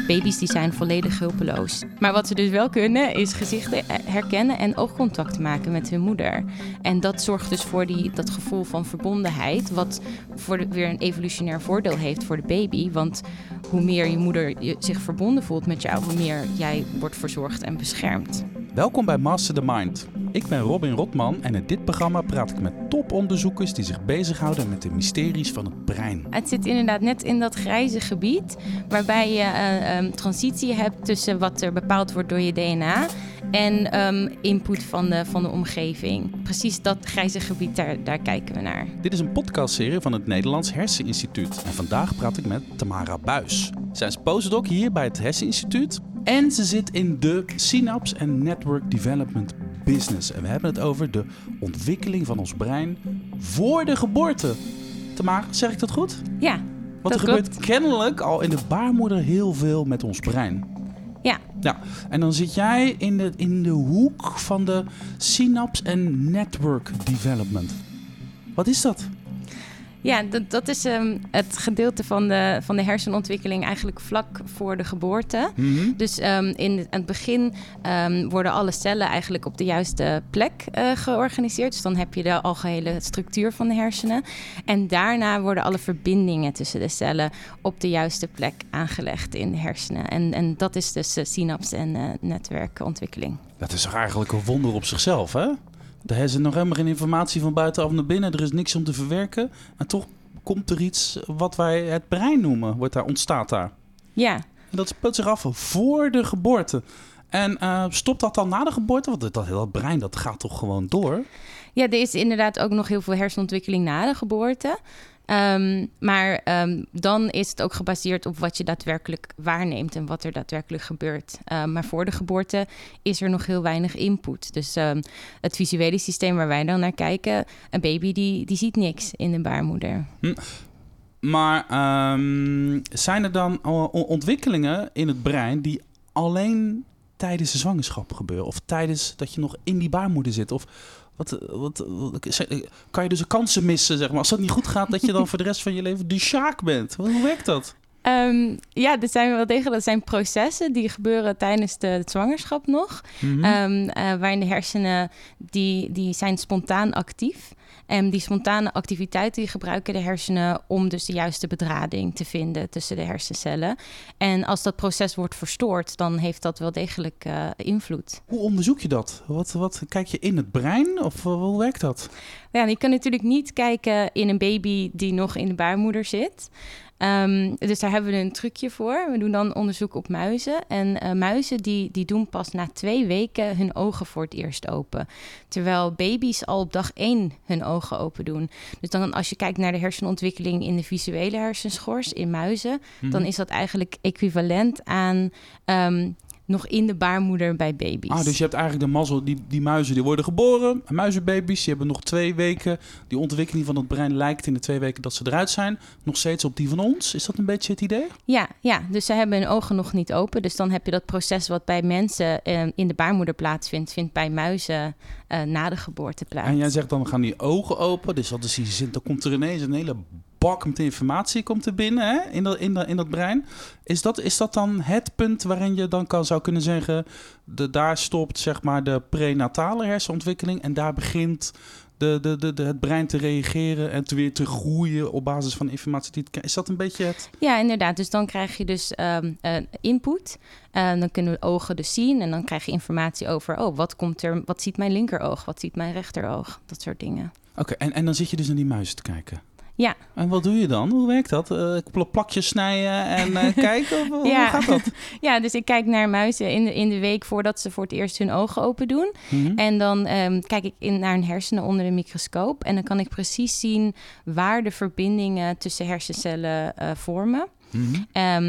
Baby's die zijn volledig hulpeloos. Maar wat ze dus wel kunnen is gezichten herkennen en oogcontact maken met hun moeder. En dat zorgt dus voor dat gevoel van verbondenheid, wat weer een evolutionair voordeel heeft voor de baby. Want hoe meer je moeder zich verbonden voelt met jou, hoe meer jij wordt verzorgd en beschermd. Welkom bij Master the Mind. Ik ben Robin Rotman en in dit programma praat ik met toponderzoekers die zich bezighouden met de mysteries van het brein. Het zit inderdaad net in dat grijze gebied waarbij je transitie hebt tussen wat er bepaald wordt door je DNA en input van de omgeving. Precies dat grijze gebied, daar kijken we naar. Dit is een podcastserie van het Nederlands Herseninstituut en vandaag praat ik met Tamara Buis. Zij is postdoc hier bij het Herseninstituut en ze zit in de Synapse and Network Development Business. En we hebben het over de ontwikkeling van ons brein voor de geboorte. Tamara, zeg ik dat goed? Ja, want er gebeurt kennelijk al in de baarmoeder heel veel met ons brein. Ja. En dan zit jij in de hoek van de Synapse and Network Development. Wat is dat? Ja, dat is het gedeelte van de hersenontwikkeling eigenlijk vlak voor de geboorte. Mm-hmm. Dus in het begin worden alle cellen eigenlijk op de juiste plek georganiseerd. Dus dan heb je de algehele structuur van de hersenen. En daarna worden alle verbindingen tussen de cellen op de juiste plek aangelegd in de hersenen. En dat is dus synapse- en netwerkontwikkeling. Dat is toch eigenlijk een wonder op zichzelf, hè? De hersenen nog helemaal geen informatie van buitenaf naar binnen. Er is niks om te verwerken. En toch komt er iets wat wij het brein noemen. Ontstaat daar. Ja. En dat speelt zich af voor de geboorte. En stopt dat dan na de geboorte? Want dat brein dat gaat toch gewoon door? Ja, er is inderdaad ook nog heel veel hersenontwikkeling na de geboorte. Maar dan is het ook gebaseerd op wat je daadwerkelijk waarneemt en wat er daadwerkelijk gebeurt. Maar voor de geboorte is er nog heel weinig input. Dus het visuele systeem waar wij dan naar kijken, een baby die ziet niks in de baarmoeder. Maar zijn er dan ontwikkelingen in het brein die alleen tijdens de zwangerschap gebeuren? Of tijdens dat je nog in die baarmoeder zit? Of kan je dus kansen missen, zeg maar? Als dat niet goed gaat, dat je dan voor de rest van je leven de sjaak bent. Hoe werkt dat? Ja, er zijn wel degelijk. Dat zijn processen die gebeuren tijdens de zwangerschap nog. Mm-hmm. Waarin de hersenen, die zijn spontaan actief. En die spontane activiteit die gebruiken de hersenen om dus de juiste bedrading te vinden tussen de hersencellen. En als dat proces wordt verstoord, dan heeft dat wel degelijk invloed. Hoe onderzoek je dat? Wat kijk je in het brein of hoe werkt dat? Ja, je kan natuurlijk niet kijken in een baby die nog in de baarmoeder zit. Dus daar hebben we een trucje voor. We doen dan onderzoek op muizen. En muizen die doen pas na 2 weken hun ogen voor het eerst open. Terwijl baby's al op dag 1 hun ogen open doen. Dus dan als je kijkt naar de hersenontwikkeling in de visuele hersenschors in muizen, dan is dat eigenlijk equivalent aan nog in de baarmoeder bij baby's. Dus je hebt eigenlijk de mazzel, die muizen die worden geboren, muizenbaby's, die hebben nog 2 weken. Die ontwikkeling van het brein lijkt in de 2 weken dat ze eruit zijn nog steeds op die van ons. Is dat een beetje het idee? Ja, dus ze hebben hun ogen nog niet open. Dus dan heb je dat proces wat bij mensen in de baarmoeder plaatsvindt, vindt bij muizen na de geboorte plaats. En jij zegt dan gaan die ogen open, dus dat is die zin, dan komt er ineens een hele bak met informatie komt er binnen, hè? In dat brein. Is dat dan het punt waarin je dan zou kunnen zeggen, daar stopt zeg maar de prenatale hersenontwikkeling en daar begint het brein te reageren en weer te groeien op basis van informatie. Is dat een beetje het? Ja, inderdaad. Dus dan krijg je dus input. Dan kunnen we ogen dus zien en dan krijg je informatie over, wat ziet mijn linkeroog, wat ziet mijn rechteroog, dat soort dingen. Oké, en dan zit je dus naar die muizen te kijken. Ja. En wat doe je dan? Hoe werkt dat? Plakjes snijden en kijken? Hoe gaat dat? Ja, dus ik kijk naar muizen in de week voordat ze voor het eerst hun ogen open doen. Mm-hmm. En dan kijk ik naar hun hersenen onder de microscoop. En dan kan ik precies zien waar de verbindingen tussen hersencellen vormen. Mm-hmm.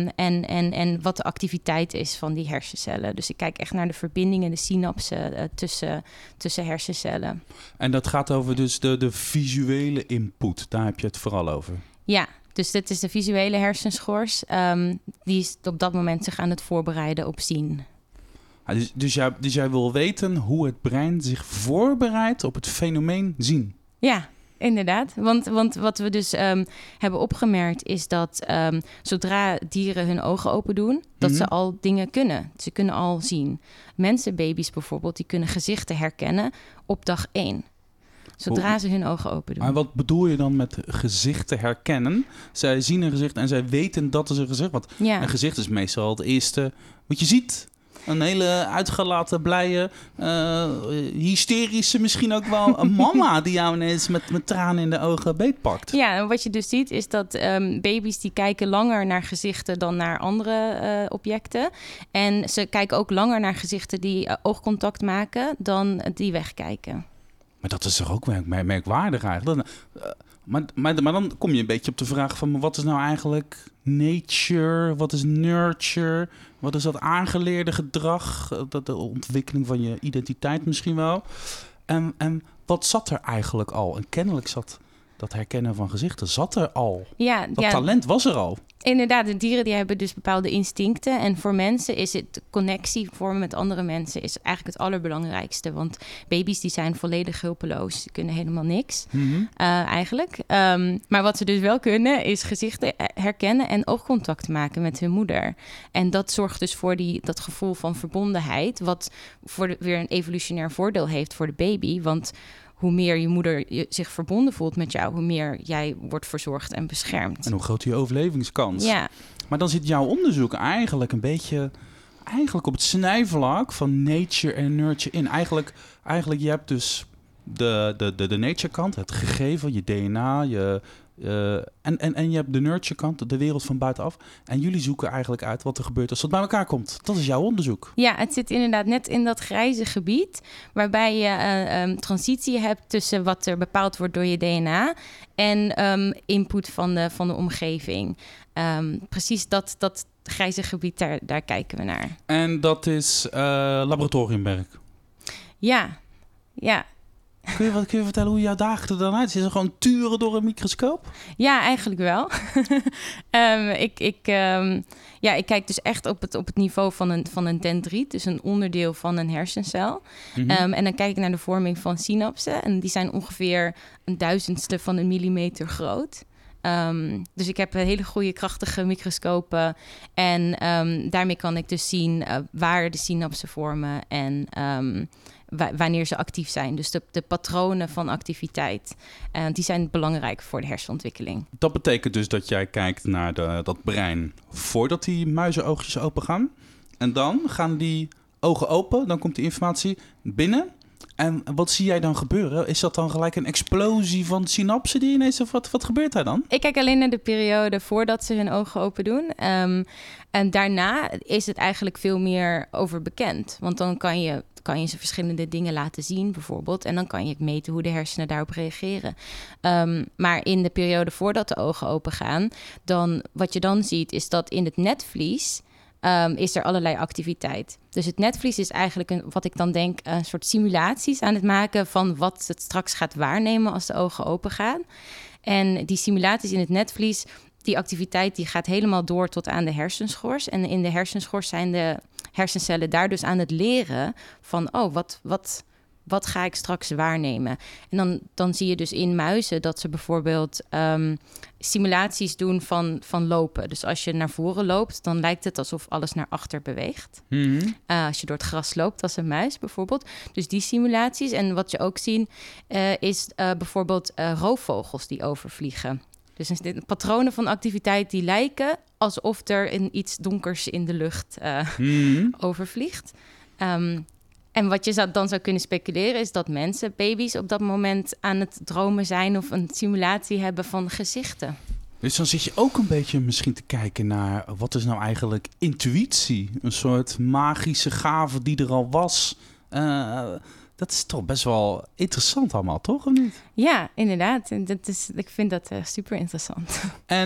En wat de activiteit is van die hersencellen. Dus ik kijk echt naar de verbindingen, de synapsen tussen hersencellen. En dat gaat over dus de visuele input. Daar heb je het vooral over. Ja, dus dit is de visuele hersenschors. Die is op dat moment zich aan het voorbereiden op zien. Dus jij wil weten hoe het brein zich voorbereidt op het fenomeen zien? Ja. inderdaad. Want wat we dus hebben opgemerkt is dat zodra dieren hun ogen open doen, dat ze al dingen kunnen. Ze kunnen al zien. Mensenbaby's bijvoorbeeld, die kunnen gezichten herkennen op dag 1. Zodra ze hun ogen open doen. Maar wat bedoel je dan met gezichten herkennen? Zij zien een gezicht en zij weten dat is een gezicht. Want een gezicht is meestal het eerste wat je ziet. Een hele uitgelaten, blije, hysterische misschien ook wel een mama die jou ineens met tranen in de ogen beetpakt. Ja, en wat je dus ziet is dat baby's die kijken langer naar gezichten dan naar andere objecten. En ze kijken ook langer naar gezichten die oogcontact maken dan die wegkijken. Maar dat is toch ook merkwaardig eigenlijk. Maar dan kom je een beetje op de vraag van wat is nou eigenlijk nature? Wat is nurture? Wat is dat aangeleerde gedrag? De ontwikkeling van je identiteit misschien wel. En wat zat er eigenlijk al? En kennelijk zat dat herkennen van gezichten zat er al. Ja, dat talent was er al. Inderdaad, de dieren die hebben dus bepaalde instincten. En voor mensen is het connectie vormen met andere mensen is eigenlijk het allerbelangrijkste. Want baby's die zijn volledig hulpeloos. Die kunnen helemaal niks eigenlijk. Maar wat ze dus wel kunnen is gezichten herkennen en oogcontact maken met hun moeder. En dat zorgt dus voor dat gevoel van verbondenheid. Wat weer een evolutionair voordeel heeft voor de baby. Want hoe meer je moeder zich verbonden voelt met jou, hoe meer jij wordt verzorgd en beschermd. En hoe groter je overlevingskans. Ja. Maar dan zit jouw onderzoek eigenlijk een beetje op het snijvlak van nature en nurture in. Eigenlijk je hebt dus de nature kant, het gegeven, je DNA, en je hebt de nurture kant, de wereld van buitenaf. En jullie zoeken eigenlijk uit wat er gebeurt als dat bij elkaar komt. Dat is jouw onderzoek. Ja, het zit inderdaad net in dat grijze gebied, waarbij je transitie hebt tussen wat er bepaald wordt door je DNA en input van de omgeving. Precies dat grijze gebied, daar kijken we naar. En dat is laboratoriumwerk? Ja. Kun je vertellen hoe jouw dagen er dan uit? Is er gewoon turen door een microscoop? Ja, eigenlijk wel. Ik kijk dus echt op het niveau van een dendriet, dus een onderdeel van een hersencel. Mm-hmm. En dan kijk ik naar de vorming van synapsen. En die zijn ongeveer 1/1000ste van een millimeter groot. Dus ik heb hele goede, krachtige microscopen. En daarmee kan ik dus zien waar de synapsen vormen en wanneer ze actief zijn. Dus de patronen van activiteit, die zijn belangrijk voor de hersenontwikkeling. Dat betekent dus dat jij kijkt naar dat brein voordat die muizenoogjes open gaan. En dan gaan die ogen open, dan komt die informatie binnen. En wat zie jij dan gebeuren? Is dat dan gelijk een explosie van synapsen die ineens... Of wat gebeurt daar dan? Ik kijk alleen naar de periode voordat ze hun ogen open doen. En daarna is het eigenlijk veel meer over bekend. Want dan kan je ze verschillende dingen laten zien, bijvoorbeeld. En dan kan je meten hoe de hersenen daarop reageren. Maar in de periode voordat de ogen open gaan, wat je dan ziet, is dat in het netvlies is er allerlei activiteit. Dus het netvlies is eigenlijk wat ik dan denk, een soort simulaties aan het maken van wat het straks gaat waarnemen als de ogen open gaan. En die simulaties in het netvlies, die activiteit die gaat helemaal door tot aan de hersenschors. En in de hersenschors zijn de hersencellen daar dus aan het leren van, wat ga ik straks waarnemen? En dan zie je dus in muizen dat ze bijvoorbeeld simulaties doen van lopen. Dus als je naar voren loopt, dan lijkt het alsof alles naar achter beweegt. Mm-hmm. Als je door het gras loopt als een muis bijvoorbeeld. Dus die simulaties. En wat je ook ziet is bijvoorbeeld roofvogels die overvliegen. Dus patronen van activiteit die lijken alsof er iets donkers in de lucht overvliegt. En wat je dan zou kunnen speculeren is dat mensen, baby's, op dat moment aan het dromen zijn of een simulatie hebben van gezichten. Dus dan zit je ook een beetje misschien te kijken naar wat is nou eigenlijk intuïtie? Een soort magische gave die er al was. Dat is toch best wel interessant allemaal, toch? Of niet? Ja, inderdaad. Ik vind dat super interessant. En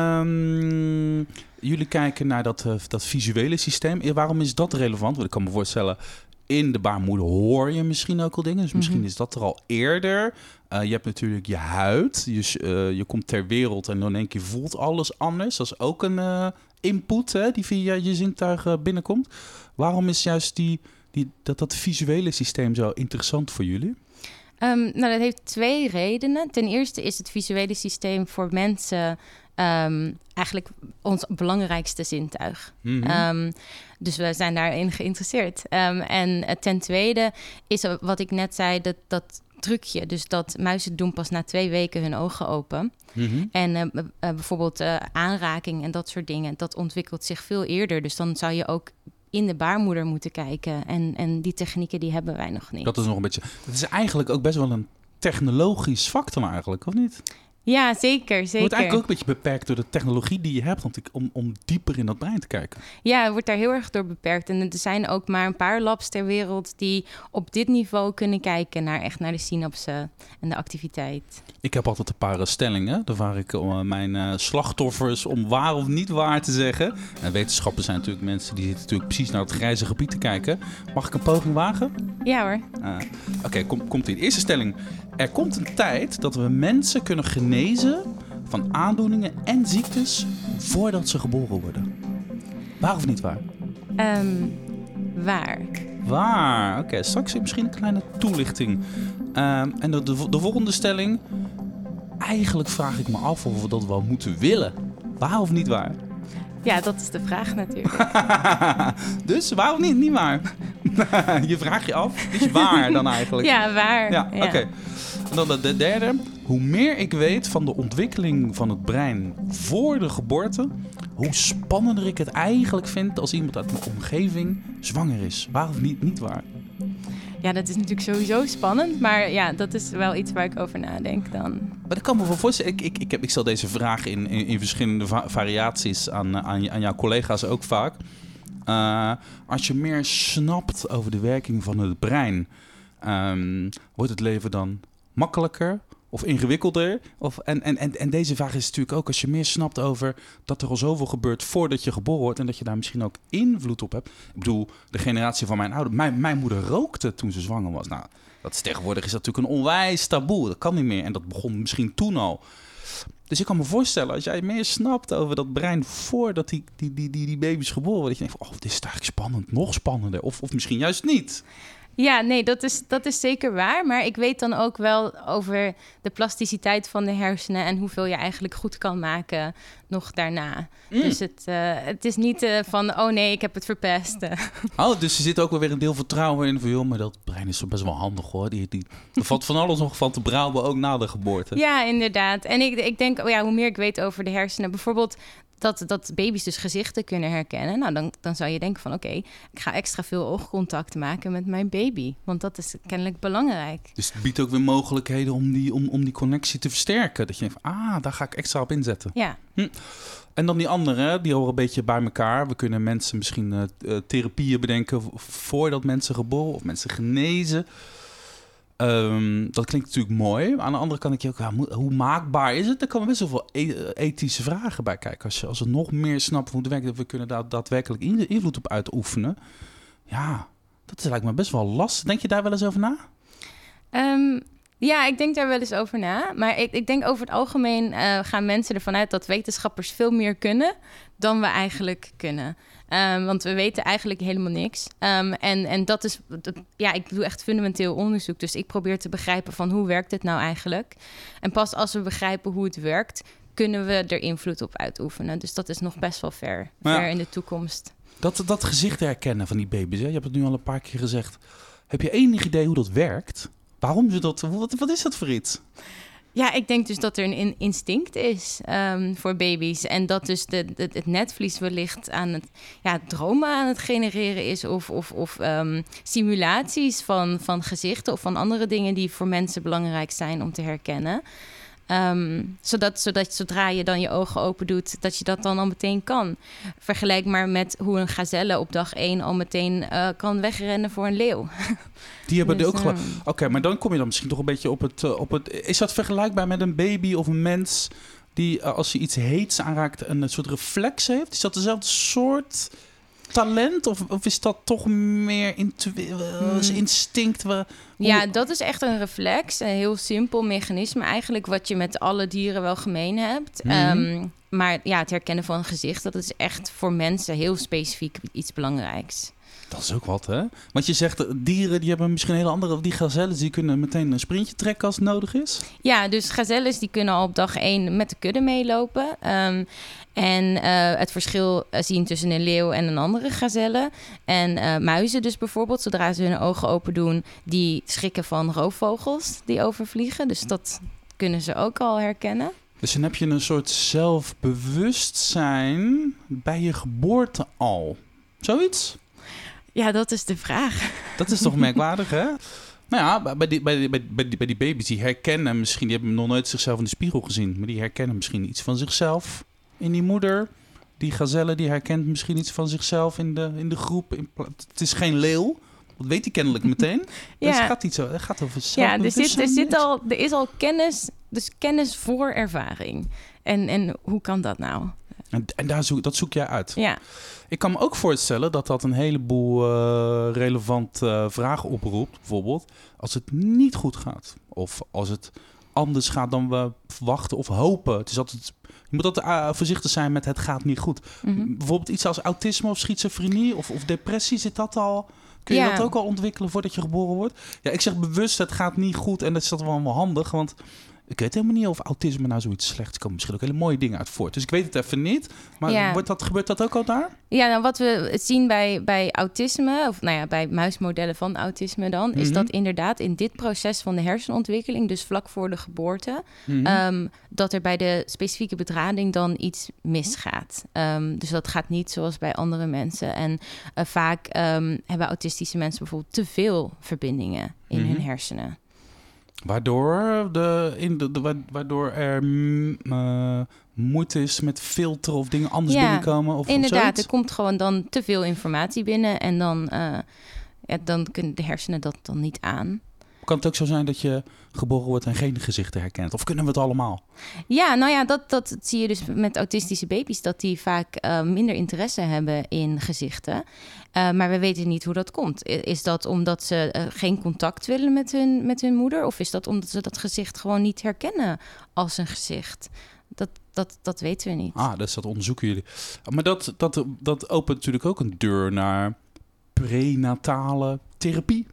jullie kijken naar dat visuele systeem. Waarom is dat relevant? Want ik kan me voorstellen, in de baarmoeder hoor je misschien ook al dingen. Dus misschien is dat er al eerder. Je hebt natuurlijk je huid. Je komt ter wereld en dan in één keer voelt alles anders. Dat is ook een input die via je zintuigen binnenkomt. Waarom is juist dat visuele systeem zo interessant voor jullie? Nou, dat heeft 2 redenen. Ten eerste is het visuele systeem voor mensen eigenlijk ons belangrijkste zintuig. Dus we zijn daarin geïnteresseerd. En ten tweede is wat ik net zei, dat trucje. Dus dat muizen doen pas na 2 weken hun ogen open. En bijvoorbeeld aanraking en dat soort dingen, dat ontwikkelt zich veel eerder. Dus dan zou je ook in de baarmoeder moeten kijken. En die technieken die hebben wij nog niet. Dat is nog een beetje. Dat is eigenlijk ook best wel een technologisch vak dan eigenlijk, of niet? Ja, zeker. Je wordt eigenlijk ook een beetje beperkt door de technologie die je hebt om dieper in dat brein te kijken. Ja, het wordt daar heel erg door beperkt. En er zijn ook maar een paar labs ter wereld die op dit niveau kunnen kijken naar de synapsen en de activiteit. Ik heb altijd een paar stellingen. Daar vraag ik mijn slachtoffers om waar of niet waar te zeggen. En wetenschappers zijn natuurlijk mensen die zitten natuurlijk precies naar het grijze gebied te kijken. Mag ik een poging wagen? Ja hoor. Oké, komt in. Eerste stelling. Er komt een tijd dat we mensen kunnen genezen van aandoeningen en ziektes voordat ze geboren worden. Waar of niet waar? Waar. Waar. Oké, straks misschien een kleine toelichting. En de volgende stelling. Eigenlijk vraag ik me af of we dat wel moeten willen. Waar of niet waar? Ja, dat is de vraag natuurlijk. Dus waar of niet? Niet waar. Je vraagt je af. Dus waar dan eigenlijk? Ja, waar. Ja, oké. En dan de derde. Hoe meer ik weet van de ontwikkeling van het brein voor de geboorte, hoe spannender ik het eigenlijk vind als iemand uit mijn omgeving zwanger is. Waar of niet waar? Ja, dat is natuurlijk sowieso spannend. Maar ja, dat is wel iets waar ik over nadenk dan. Maar ik kan me wel voorstellen. Ik stel deze vraag in verschillende variaties aan jouw collega's ook vaak. Als je meer snapt over de werking van het brein, wordt het leven dan makkelijker of ingewikkelder? En deze vraag is natuurlijk ook, als je meer snapt over dat er al zoveel gebeurt voordat je geboren wordt en dat je daar misschien ook invloed op hebt. Ik bedoel, de generatie van mijn ouders. Mijn moeder rookte toen ze zwanger was. Nou, tegenwoordig is dat natuurlijk een onwijs taboe. Dat kan niet meer. En dat begon misschien toen al. Dus ik kan me voorstellen, als jij meer snapt over dat brein voordat die baby's geboren worden, dat je denkt van, dit is eigenlijk spannend, nog spannender. Of misschien juist niet. Ja, nee, dat is zeker waar. Maar ik weet dan ook wel over de plasticiteit van de hersenen en hoeveel je eigenlijk goed kan maken nog daarna. Dus het is niet van, oh nee, ik heb het verpest. Dus er zit ook wel weer een deel vertrouwen in van, joh, maar dat brein is best wel handig hoor. Er valt van alles nog van te brouwen, ook na de geboorte. Ja, inderdaad. En ik denk, hoe meer ik weet over de hersenen, bijvoorbeeld dat baby's dus gezichten kunnen herkennen. Nou, dan zou je denken van, oké, ik ga extra veel oogcontact maken met mijn baby. Want dat is kennelijk belangrijk. Dus het biedt ook weer mogelijkheden om die connectie te versterken. Dat je denkt van, daar ga ik extra op inzetten. Ja. En dan die andere, die horen een beetje bij elkaar. We kunnen mensen misschien therapieën bedenken voordat mensen geboren of mensen genezen. Dat klinkt natuurlijk mooi. Aan de andere kant denk je ook, hoe maakbaar is het? Er komen best wel veel ethische vragen bij kijken. Als we nog meer snappen hoe het werkt, dat we kunnen daar daadwerkelijk invloed op uitoefenen. Ja, dat lijkt me best wel lastig. Denk je daar wel eens over na? Ja, ik denk daar wel eens over na. Maar ik denk over het algemeen gaan mensen ervan uit dat wetenschappers veel meer dan we eigenlijk kunnen. Want we weten eigenlijk helemaal niks. En dat is, ik doe echt fundamenteel onderzoek. Dus ik probeer te begrijpen van hoe werkt het nou eigenlijk. En pas als we begrijpen hoe het werkt, kunnen we er invloed op uitoefenen. Dus dat is nog best wel ver in de toekomst. Dat gezicht herkennen van die baby's, hè? Je hebt het nu al een paar keer gezegd. Heb je enig idee hoe dat werkt? Waarom ze dat? Wat is dat voor iets? Ja, ik denk dus dat er een instinct is voor baby's. En dat dus het netvlies wellicht aan het dromen aan het genereren is. Of simulaties van gezichten of van andere dingen die voor mensen belangrijk zijn om te herkennen. Zodat zodra je dan je ogen open doet, dat je dat dan al meteen kan. Vergelijk maar met hoe een gazelle op dag 1 al meteen kan wegrennen voor een leeuw. Die hebben dus, ook Oké, maar dan kom je dan misschien toch een beetje op het... Is dat vergelijkbaar met een baby of een mens die als je iets heets aanraakt een soort reflex heeft? Is dat dezelfde soort talent of is dat toch meer instinct? Ja, dat is echt een reflex. Een heel simpel mechanisme eigenlijk wat je met alle dieren wel gemeen hebt. Maar het herkennen van een gezicht, dat is echt voor mensen heel specifiek iets belangrijks. Dat is ook wat, hè? Want je zegt, dieren die hebben misschien een hele andere... Die gazelles die kunnen meteen een sprintje trekken als het nodig is. Ja, dus gazelles die kunnen al op dag 1 met de kudde meelopen. Het verschil zien tussen een leeuw en een andere gazelle. En muizen dus bijvoorbeeld, zodra ze hun ogen open doen... die schrikken van roofvogels die overvliegen. Dus dat kunnen ze ook al herkennen. Dus dan heb je een soort zelfbewustzijn bij je geboorte al. Zoiets? Ja, dat is de vraag. Dat is toch merkwaardig, hè? Nou ja, bij die baby's, die herkennen misschien... die hebben nog nooit zichzelf in de spiegel gezien... maar die herkennen misschien iets van zichzelf in die moeder. Die gazelle, die herkent misschien iets van zichzelf in de groep. Het is geen leeuw, dat weet hij kennelijk meteen. Ja. Dus het gaat over zelfbewustzijn. Ja, er is al kennis, dus kennis voor ervaring. En hoe kan dat nou? En dat zoek jij uit. Ja. Ik kan me ook voorstellen dat dat een heleboel relevante vragen oproept. Bijvoorbeeld als het niet goed gaat. Of als het anders gaat dan we verwachten of hopen. Het is altijd, je moet altijd voorzichtig zijn met het gaat niet goed. Mm-hmm. Bijvoorbeeld iets als autisme of schizofrenie of depressie. Zit dat al? Kun je dat ook al ontwikkelen voordat je geboren wordt? Ja, ik zeg bewust het gaat niet goed en dat is dat wel handig. Want ik weet helemaal niet of autisme nou zoiets slechts kan. Misschien ook hele mooie dingen uit voort. Dus ik weet het even niet. Maar gebeurt dat ook al daar? Ja, nou wat we zien bij autisme, of nou ja, bij muismodellen van autisme dan, is dat inderdaad in dit proces van de hersenontwikkeling, dus vlak voor de geboorte, dat er bij de specifieke bedrading dan iets misgaat. Dus dat gaat niet zoals bij andere mensen. En vaak hebben autistische mensen bijvoorbeeld te veel verbindingen in hun hersenen. Waardoor er moeite is met filteren of dingen anders binnenkomen? Of inderdaad. Er komt gewoon dan te veel informatie binnen en dan kunnen de hersenen dat dan niet aan. Kan het ook zo zijn dat je geboren wordt en geen gezichten herkent? Of kunnen we het allemaal? Ja, nou ja, dat zie je dus met autistische baby's, dat die vaak minder interesse hebben in gezichten. Maar we weten niet hoe dat komt. Is dat omdat ze geen contact willen met hun moeder? Of is dat omdat ze dat gezicht gewoon niet herkennen als een gezicht? Dat weten we niet. Dus dat onderzoeken jullie. Maar dat opent natuurlijk ook een deur naar prenatale therapie.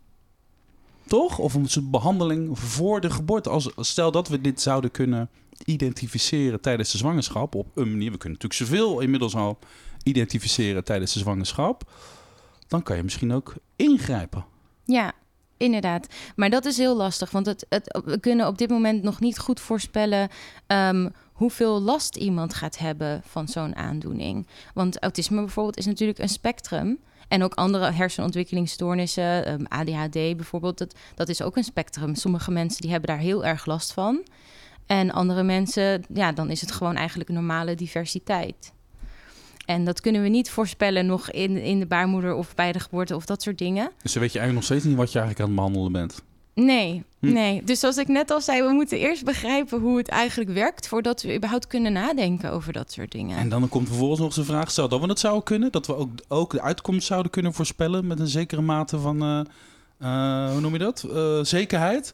Toch? Of een soort behandeling voor de geboorte. Stel dat we dit zouden kunnen identificeren tijdens de zwangerschap op een manier. We kunnen natuurlijk zoveel inmiddels al identificeren tijdens de zwangerschap. Dan kan je misschien ook ingrijpen. Ja, inderdaad. Maar dat is heel lastig. Want we kunnen op dit moment nog niet goed voorspellen hoeveel last iemand gaat hebben van zo'n aandoening. Want autisme bijvoorbeeld is natuurlijk een spectrum. En ook andere hersenontwikkelingsstoornissen, ADHD bijvoorbeeld, dat is ook een spectrum. Sommige mensen die hebben daar heel erg last van. En andere mensen, ja, dan is het gewoon eigenlijk een normale diversiteit. En dat kunnen we niet voorspellen nog in de baarmoeder of bij de geboorte of dat soort dingen. Dus dan weet je eigenlijk nog steeds niet wat je eigenlijk aan het behandelen bent? Nee. Dus zoals ik net al zei, we moeten eerst begrijpen hoe het eigenlijk werkt voordat we überhaupt kunnen nadenken over dat soort dingen. En dan komt vervolgens nog eens de vraag, stel dat we het zouden kunnen, dat we ook de uitkomst zouden kunnen voorspellen met een zekere mate van, hoe noem je dat? Zekerheid.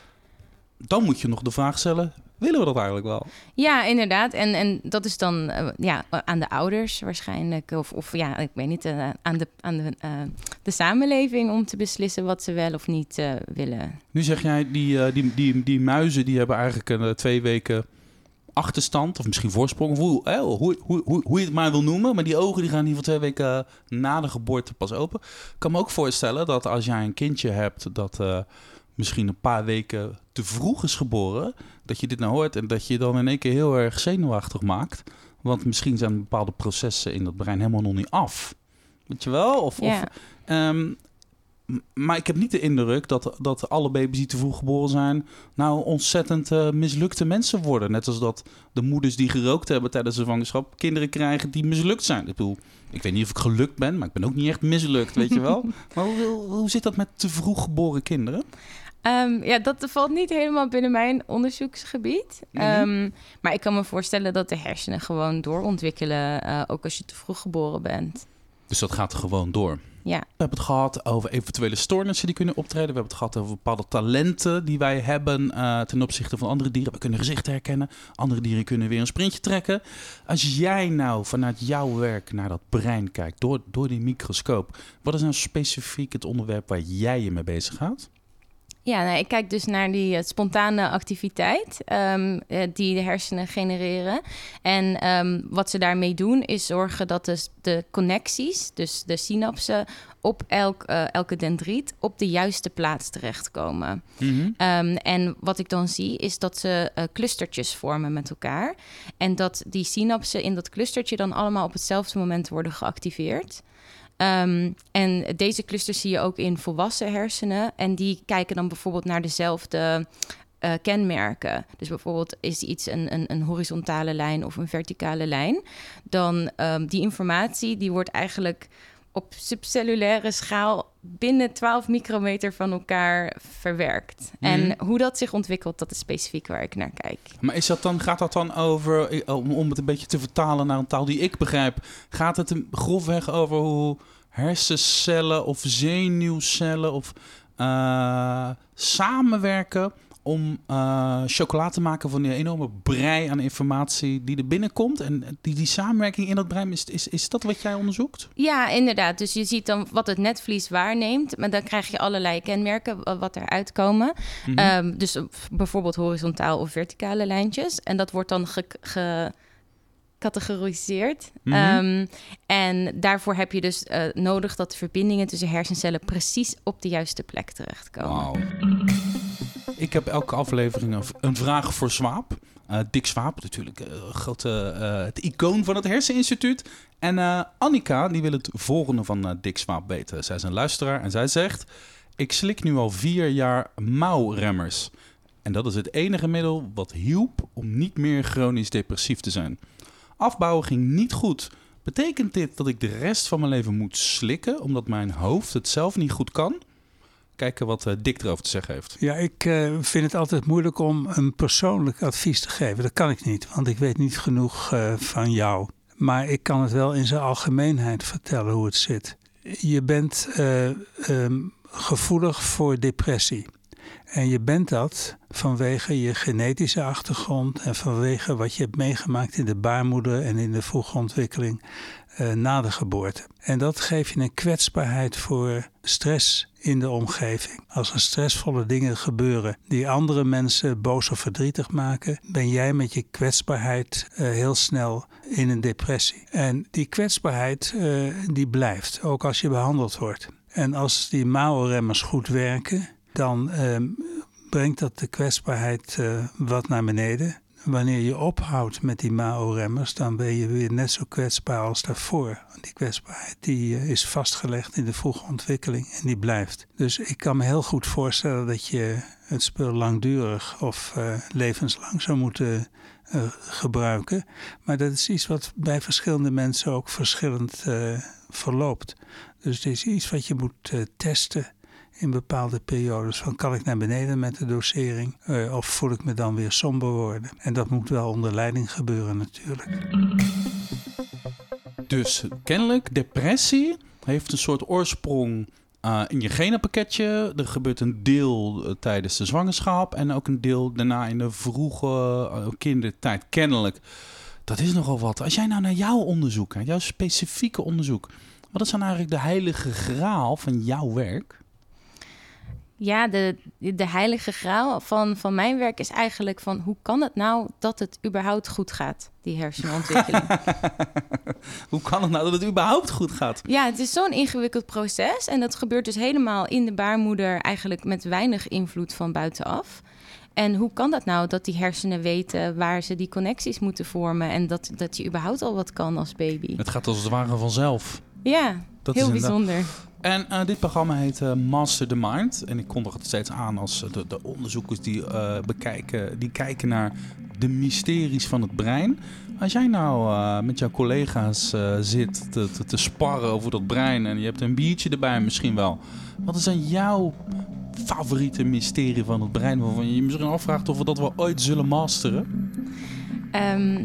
Dan moet je nog de vraag stellen, willen we dat eigenlijk wel? Ja, inderdaad. En dat is dan aan de ouders waarschijnlijk. Of ik weet niet, aan de samenleving om te beslissen wat ze wel of niet willen. Nu zeg jij, die muizen die hebben eigenlijk 2 weken achterstand. Of misschien voorsprong. Of hoe je het maar wil noemen. Maar die ogen die gaan in ieder geval 2 weken na de geboorte pas open. Ik kan me ook voorstellen dat als jij een kindje hebt dat misschien een paar weken te vroeg is geboren, dat je dit nou hoort en dat je dan in één keer heel erg zenuwachtig maakt. Want misschien zijn bepaalde processen in dat brein helemaal nog niet af. Weet je wel? Maar ik heb niet de indruk dat alle baby's die te vroeg geboren zijn nou ontzettend mislukte mensen worden. Net als dat de moeders die gerookt hebben tijdens de zwangerschap kinderen krijgen die mislukt zijn. Ik bedoel, ik weet niet of ik gelukt ben, maar ik ben ook niet echt mislukt, weet je wel. Maar hoe zit dat met te vroeg geboren kinderen? Dat valt niet helemaal binnen mijn onderzoeksgebied. Maar ik kan me voorstellen dat de hersenen gewoon doorontwikkelen, ook als je te vroeg geboren bent. Dus dat gaat gewoon door. Ja. We hebben het gehad over eventuele stoornissen die kunnen optreden. We hebben het gehad over bepaalde talenten die wij hebben ten opzichte van andere dieren. We kunnen gezichten herkennen. Andere dieren kunnen weer een sprintje trekken. Als jij nou vanuit jouw werk naar dat brein kijkt, door die microscoop, wat is nou specifiek het onderwerp waar jij je mee bezig houdt? Ja, nou, ik kijk dus naar die spontane activiteit die de hersenen genereren. En wat ze daarmee doen is zorgen dat de connecties, dus de synapsen, op elke dendriet op de juiste plaats terechtkomen. Mm-hmm. En wat ik dan zie is dat ze clustertjes vormen met elkaar. En dat die synapsen in dat clustertje dan allemaal op hetzelfde moment worden geactiveerd. En deze clusters zie je ook in volwassen hersenen. En die kijken dan bijvoorbeeld naar dezelfde kenmerken. Dus bijvoorbeeld is iets een horizontale lijn of een verticale lijn. Dan die informatie die wordt eigenlijk op subcellulaire schaal binnen 12 micrometer van elkaar verwerkt. En hoe dat zich ontwikkelt, dat is specifiek waar ik naar kijk. Maar gaat dat dan over, om het een beetje te vertalen naar een taal die ik begrijp, gaat het grofweg over hoe hersencellen of zenuwcellen of samenwerken om chocola te maken van die enorme brei aan informatie die er binnenkomt? En die samenwerking in dat brein, is dat wat jij onderzoekt? Ja, inderdaad. Dus je ziet dan wat het netvlies waarneemt, maar dan krijg je allerlei kenmerken wat eruit komen. Mm-hmm. Dus bijvoorbeeld horizontaal of verticale lijntjes. En dat wordt dan gecategoriseerd. Mm-hmm. En daarvoor heb je dus nodig dat de verbindingen tussen hersencellen precies op de juiste plek terechtkomen. Wow. Ik heb elke aflevering een vraag voor Swaap. Dick Swaap, natuurlijk het icoon van het Herseninstituut. En Annika, die wil het volgende van Dick Swaap weten. Zij is een luisteraar en zij zegt: ik slik nu al 4 jaar mouwremmers. En dat is het enige middel wat hielp om niet meer chronisch depressief te zijn. Afbouwen ging niet goed. Betekent dit dat ik de rest van mijn leven moet slikken, omdat mijn hoofd het zelf niet goed kan? Kijken wat Dick erover te zeggen heeft. Ja, ik vind het altijd moeilijk om een persoonlijk advies te geven. Dat kan ik niet, want ik weet niet genoeg van jou. Maar ik kan het wel in zijn algemeenheid vertellen hoe het zit. Je bent gevoelig voor depressie. En je bent dat vanwege je genetische achtergrond en vanwege wat je hebt meegemaakt in de baarmoeder en in de vroege ontwikkeling na de geboorte. En dat geeft je een kwetsbaarheid voor stress in de omgeving. Als er stressvolle dingen gebeuren die andere mensen boos of verdrietig maken, ben jij met je kwetsbaarheid heel snel in een depressie. En die kwetsbaarheid die blijft, ook als je behandeld wordt. En als die MAO-remmers goed werken, dan brengt dat de kwetsbaarheid wat naar beneden. Wanneer je ophoudt met die MAO-remmers, dan ben je weer net zo kwetsbaar als daarvoor. Die kwetsbaarheid die is vastgelegd in de vroege ontwikkeling en die blijft. Dus ik kan me heel goed voorstellen dat je het spul langdurig of levenslang zou moeten gebruiken. Maar dat is iets wat bij verschillende mensen ook verschillend verloopt. Dus het is iets wat je moet testen in bepaalde periodes. Van kan ik naar beneden met de dosering of voel ik me dan weer somber worden? En dat moet wel onder leiding gebeuren natuurlijk. Dus kennelijk, depressie heeft een soort oorsprong in je genenpakketje. Er gebeurt een deel tijdens de zwangerschap en ook een deel daarna in de vroege kindertijd. Kennelijk. Dat is nogal wat. Als jij nou naar jouw onderzoek, jouw specifieke onderzoek, wat is dan eigenlijk de heilige graal van jouw werk? Ja, de heilige graal van mijn werk is eigenlijk van hoe kan het nou dat het überhaupt goed gaat, die hersenontwikkeling? Hoe kan het nou dat het überhaupt goed gaat? Ja, het is zo'n ingewikkeld proces en dat gebeurt dus helemaal in de baarmoeder eigenlijk met weinig invloed van buitenaf. En hoe kan dat nou dat die hersenen weten waar ze die connecties moeten vormen en dat je überhaupt al wat kan als baby? Het gaat als het ware vanzelf. Ja, dat heel bijzonder. En dit programma heet Master the Mind. En ik kondig het steeds aan als de onderzoekers die kijken naar de mysteries van het brein. Als jij nou met jouw collega's zit te sparren over dat brein en je hebt een biertje erbij misschien wel. Wat is dan jouw favoriete mysterie van het brein waarvan je je misschien afvraagt of we dat wel ooit zullen masteren?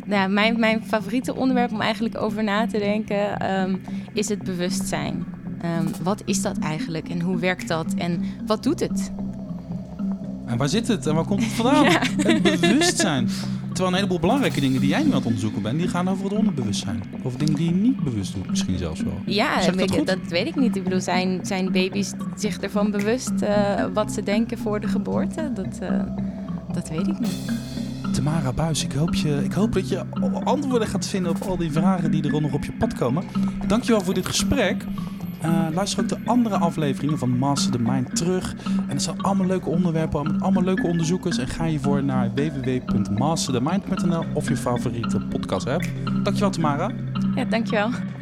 Nou, mijn favoriete onderwerp om eigenlijk over na te denken is het bewustzijn. Wat is dat eigenlijk en hoe werkt dat en wat doet het? En waar zit het en waar komt het vandaan? Ja. Het bewustzijn. Terwijl een heleboel belangrijke dingen die jij nu aan het onderzoeken bent, die gaan over het onderbewustzijn. Over dingen die je niet bewust doet, misschien zelfs wel. Ja, dat weet ik niet. Ik bedoel, zijn baby's zich ervan bewust wat ze denken voor de geboorte? Dat weet ik niet. Tamara Buijs, ik hoop dat je antwoorden gaat vinden op al die vragen die er nog op je pad komen. Dankjewel voor dit gesprek. Luister ook de andere afleveringen van Master the Mind terug. En er zijn allemaal leuke onderwerpen, allemaal leuke onderzoekers. En ga hiervoor naar www.masterthemind.nl of je favoriete podcast app. Dankjewel, Tamara. Ja, dankjewel.